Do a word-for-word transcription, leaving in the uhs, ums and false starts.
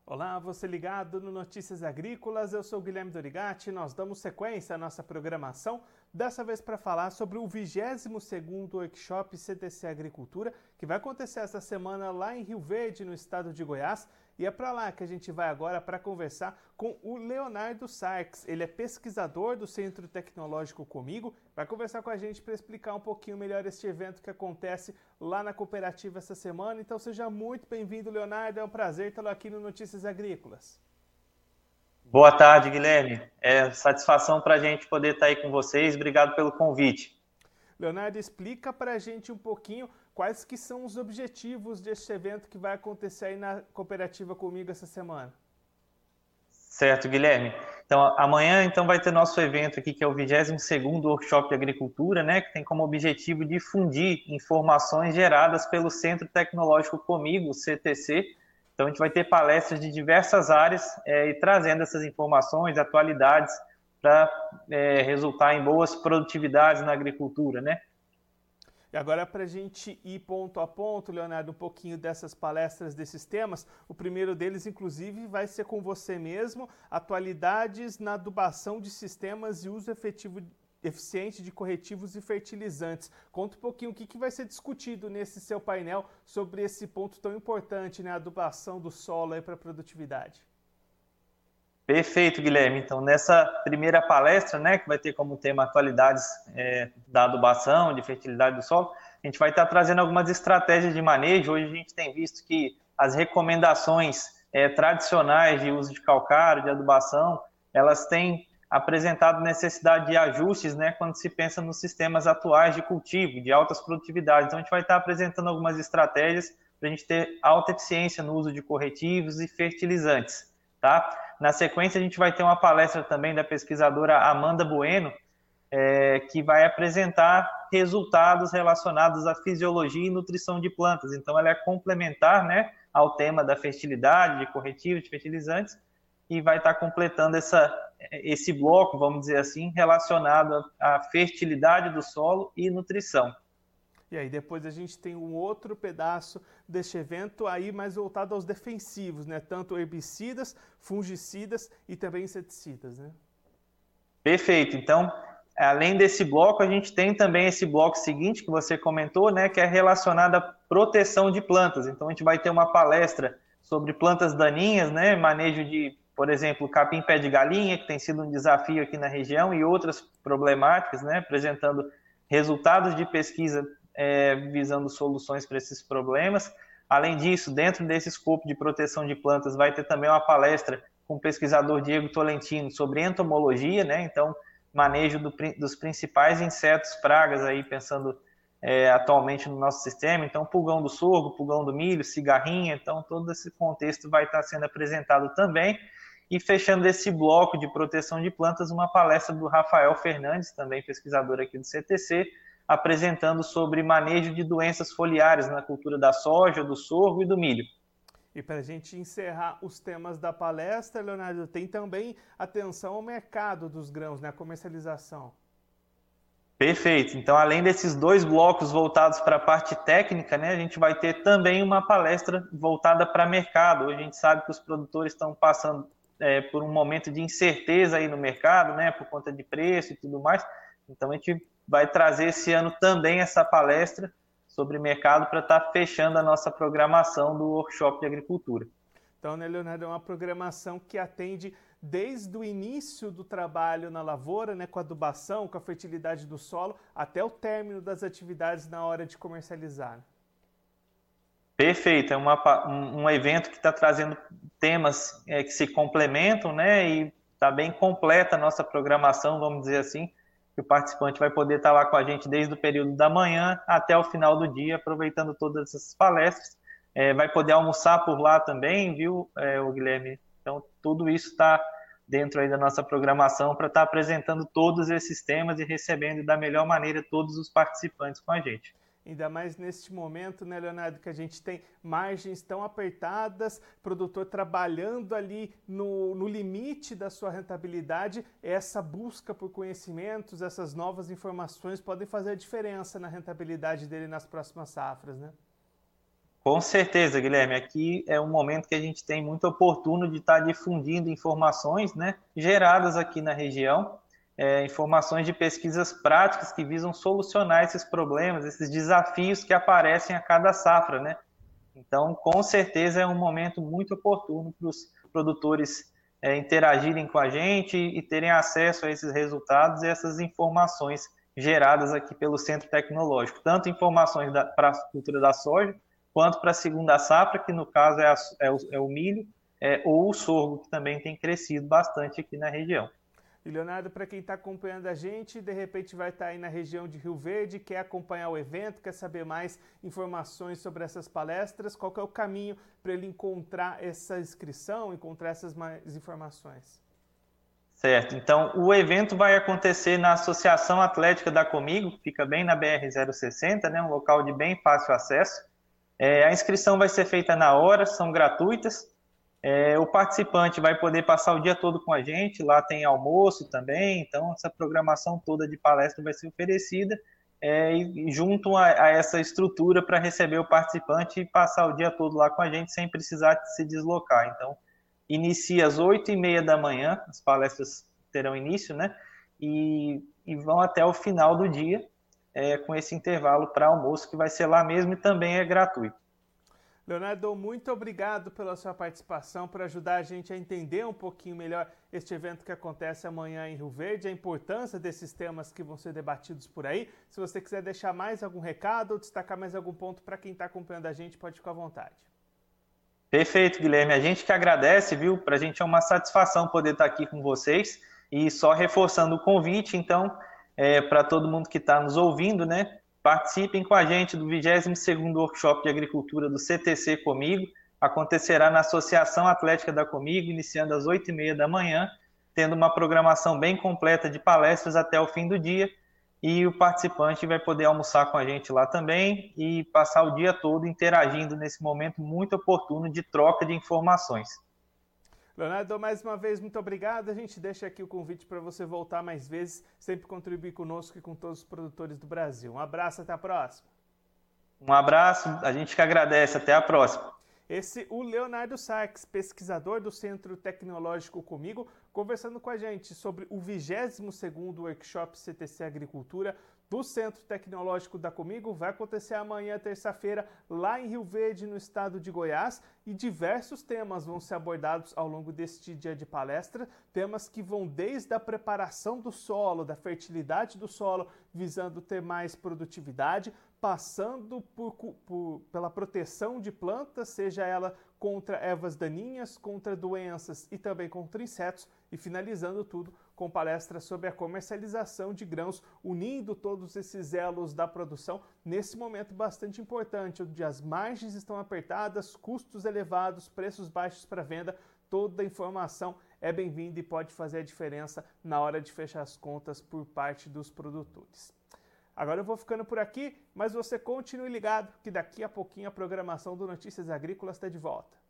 Olá, você ligado no Notícias Agrícolas, eu sou o Guilherme Dorigatti, nós damos sequência à nossa programação, dessa vez para falar sobre o vigésimo segundo Workshop C T C Agricultura, que vai acontecer essa semana lá em Rio Verde, no estado de Goiás, e é para lá que a gente vai agora para conversar com o Leonardo Sarques. Ele é pesquisador do Centro Tecnológico Comigo, vai conversar com a gente para explicar um pouquinho melhor este evento que acontece lá na cooperativa essa semana. Então seja muito bem-vindo, Leonardo, é um prazer tê-lo aqui no Notícias Agrícolas. Boa tarde, Guilherme. É satisfação para a gente poder estar aí com vocês. Obrigado pelo convite. Leonardo, explica para a gente um pouquinho quais que são os objetivos deste evento que vai acontecer aí na cooperativa Comigo essa semana. Certo, Guilherme. Então, amanhã então vai ter nosso evento aqui, que é o vigésimo segundo Workshop de Agricultura, né, que tem como objetivo difundir informações geradas pelo Centro Tecnológico Comigo, C T C. Então, a gente vai ter palestras de diversas áreas é, e trazendo essas informações, atualidades, para é, resultar em boas produtividades na agricultura, né? E agora, para a gente ir ponto a ponto, Leonardo, um pouquinho dessas palestras, desses temas, o primeiro deles, inclusive, vai ser com você mesmo, atualidades na adubação de sistemas e uso efetivo, eficiente de corretivos e fertilizantes. Conta um pouquinho o que, que vai ser discutido nesse seu painel sobre esse ponto tão importante, né, a adubação do solo para a produtividade. Perfeito, Guilherme. Então, nessa primeira palestra, né, que vai ter como tema atualidades é, da adubação, de fertilidade do solo, a gente vai estar trazendo algumas estratégias de manejo. Hoje a gente tem visto que as recomendações é, tradicionais de uso de calcário, de adubação, elas têm apresentado necessidade de ajustes, né, quando se pensa nos sistemas atuais de cultivo, de altas produtividades. Então, a gente vai estar apresentando algumas estratégias para a gente ter alta eficiência no uso de corretivos e fertilizantes, tá? Na sequência, a gente vai ter uma palestra também da pesquisadora Amanda Bueno, é, que vai apresentar resultados relacionados à fisiologia e nutrição de plantas. Então, ela é complementar, né, ao tema da fertilidade, de corretivos, de fertilizantes, e vai estar completando essa, esse bloco, vamos dizer assim, relacionado à fertilidade do solo e nutrição. E aí depois a gente tem um outro pedaço deste evento aí mais voltado aos defensivos, né? Tanto herbicidas, fungicidas e também inseticidas, né? Perfeito. Então, além desse bloco, a gente tem também esse bloco seguinte que você comentou, né? Que é relacionado à proteção de plantas. Então, a gente vai ter uma palestra sobre plantas daninhas, né? Manejo de, por exemplo, capim-pé de galinha, que tem sido um desafio aqui na região, e outras problemáticas, né? Apresentando resultados de pesquisa É, visando soluções para esses problemas. Além disso, dentro desse escopo de proteção de plantas, vai ter também uma palestra com o pesquisador Diego Tolentino sobre entomologia, né? Então, manejo do, dos principais insetos pragas aí, pensando é, atualmente no nosso sistema. Então, pulgão do sorgo, pulgão do milho, cigarrinha. Então, todo esse contexto vai estar sendo apresentado também. E fechando esse bloco de proteção de plantas, uma palestra do Rafael Fernandes, também pesquisador aqui do C T C, apresentando sobre manejo de doenças foliares na cultura da soja, do sorgo e do milho. E para a gente encerrar os temas da palestra, Leonardo, tem também atenção ao mercado dos grãos, né, a comercialização. Perfeito. Então, além desses dois blocos voltados para a parte técnica, né, a gente vai ter também uma palestra voltada para mercado. Hoje a gente sabe que os produtores estão passando é, por um momento de incerteza aí no mercado, né, por conta de preço e tudo mais. Então, a gente vai trazer esse ano também essa palestra sobre mercado para estar tá fechando a nossa programação do Workshop de Agricultura. Então, né, Leonardo, é uma programação que atende desde o início do trabalho na lavoura, né, com a adubação, com a fertilidade do solo, até o término das atividades na hora de comercializar. Perfeito, é uma, um, um evento que está trazendo temas é, que se complementam, né, e está bem completa a nossa programação, vamos dizer assim, que o participante vai poder estar lá com a gente desde o período da manhã até o final do dia, aproveitando todas essas palestras. É, vai poder almoçar por lá também, viu, é, o Guilherme? Então, tudo isso está dentro aí da nossa programação para estar apresentando todos esses temas e recebendo da melhor maneira todos os participantes com a gente. Ainda mais neste momento, né, Leonardo, que a gente tem margens tão apertadas, produtor trabalhando ali no, no limite da sua rentabilidade, essa busca por conhecimentos, essas novas informações podem fazer a diferença na rentabilidade dele nas próximas safras, né? Com certeza, Guilherme. Aqui é um momento que a gente tem muito oportuno de estar difundindo informações, né, geradas aqui na região, é, informações de pesquisas práticas que visam solucionar esses problemas, esses desafios que aparecem a cada safra, né? Então, com certeza é um momento muito oportuno para os produtores é, interagirem com a gente e terem acesso a esses resultados e essas informações geradas aqui pelo Centro Tecnológico, tanto informações para a cultura da soja, quanto para a segunda safra, que no caso é, a, é, o, é o milho, é, ou o sorgo, que também tem crescido bastante aqui na região. E Leonardo, para quem está acompanhando a gente, de repente vai estar tá aí na região de Rio Verde, quer acompanhar o evento, quer saber mais informações sobre essas palestras, qual que é o caminho para ele encontrar essa inscrição, encontrar essas mais informações? Certo, então o evento vai acontecer na Associação Atlética da Comigo, que fica bem na B R zero sessenta, né, um local de bem fácil acesso. É, a inscrição vai ser feita na hora, são gratuitas. É, o participante vai poder passar o dia todo com a gente, lá tem almoço também, então essa programação toda de palestra vai ser oferecida, é, e junto a, a essa estrutura para receber o participante e passar o dia todo lá com a gente sem precisar se deslocar. Então, inicia às oito e meia da manhã, as palestras terão início, né? E, e vão até o final do dia, é, com esse intervalo para almoço, que vai ser lá mesmo e também é gratuito. Leonardo, muito obrigado pela sua participação, por ajudar a gente a entender um pouquinho melhor este evento que acontece amanhã em Rio Verde, a importância desses temas que vão ser debatidos por aí. Se você quiser deixar mais algum recado ou destacar mais algum ponto para quem está acompanhando a gente, pode ficar à vontade. Perfeito, Guilherme. A gente que agradece, viu? Para a gente é uma satisfação poder estar aqui com vocês e só reforçando o convite, então, é, para todo mundo que está nos ouvindo, né? Participem com a gente do vigésimo segundo Workshop de Agricultura do C T C Comigo. Acontecerá na Associação Atlética da Comigo, iniciando às oito e meia da manhã, tendo uma programação bem completa de palestras até o fim do dia. E o participante vai poder almoçar com a gente lá também e passar o dia todo interagindo nesse momento muito oportuno de troca de informações. Leonardo, mais uma vez, muito obrigado. A gente deixa aqui o convite para você voltar mais vezes, sempre contribuir conosco e com todos os produtores do Brasil. Um abraço, até a próxima. Um abraço, a gente que agradece. Até a próxima. Esse o Leonardo Sarques, pesquisador do Centro Tecnológico Comigo, conversando com a gente sobre o vigésimo segundo Workshop C T C Agricultura do Centro Tecnológico da Comigo. Vai acontecer amanhã, terça-feira, lá em Rio Verde, no estado de Goiás, e diversos temas vão ser abordados ao longo deste dia de palestra, temas que vão desde a preparação do solo, da fertilidade do solo, visando ter mais produtividade, passando por, por, pela proteção de plantas, seja ela contra ervas daninhas, contra doenças e também contra insetos, e finalizando tudo com palestras sobre a comercialização de grãos, unindo todos esses elos da produção nesse momento bastante importante, onde as margens estão apertadas, custos elevados, preços baixos para venda. Toda a informação é bem-vinda e pode fazer a diferença na hora de fechar as contas por parte dos produtores. Agora eu vou ficando por aqui, mas você continue ligado que daqui a pouquinho a programação do Notícias Agrícolas está de volta.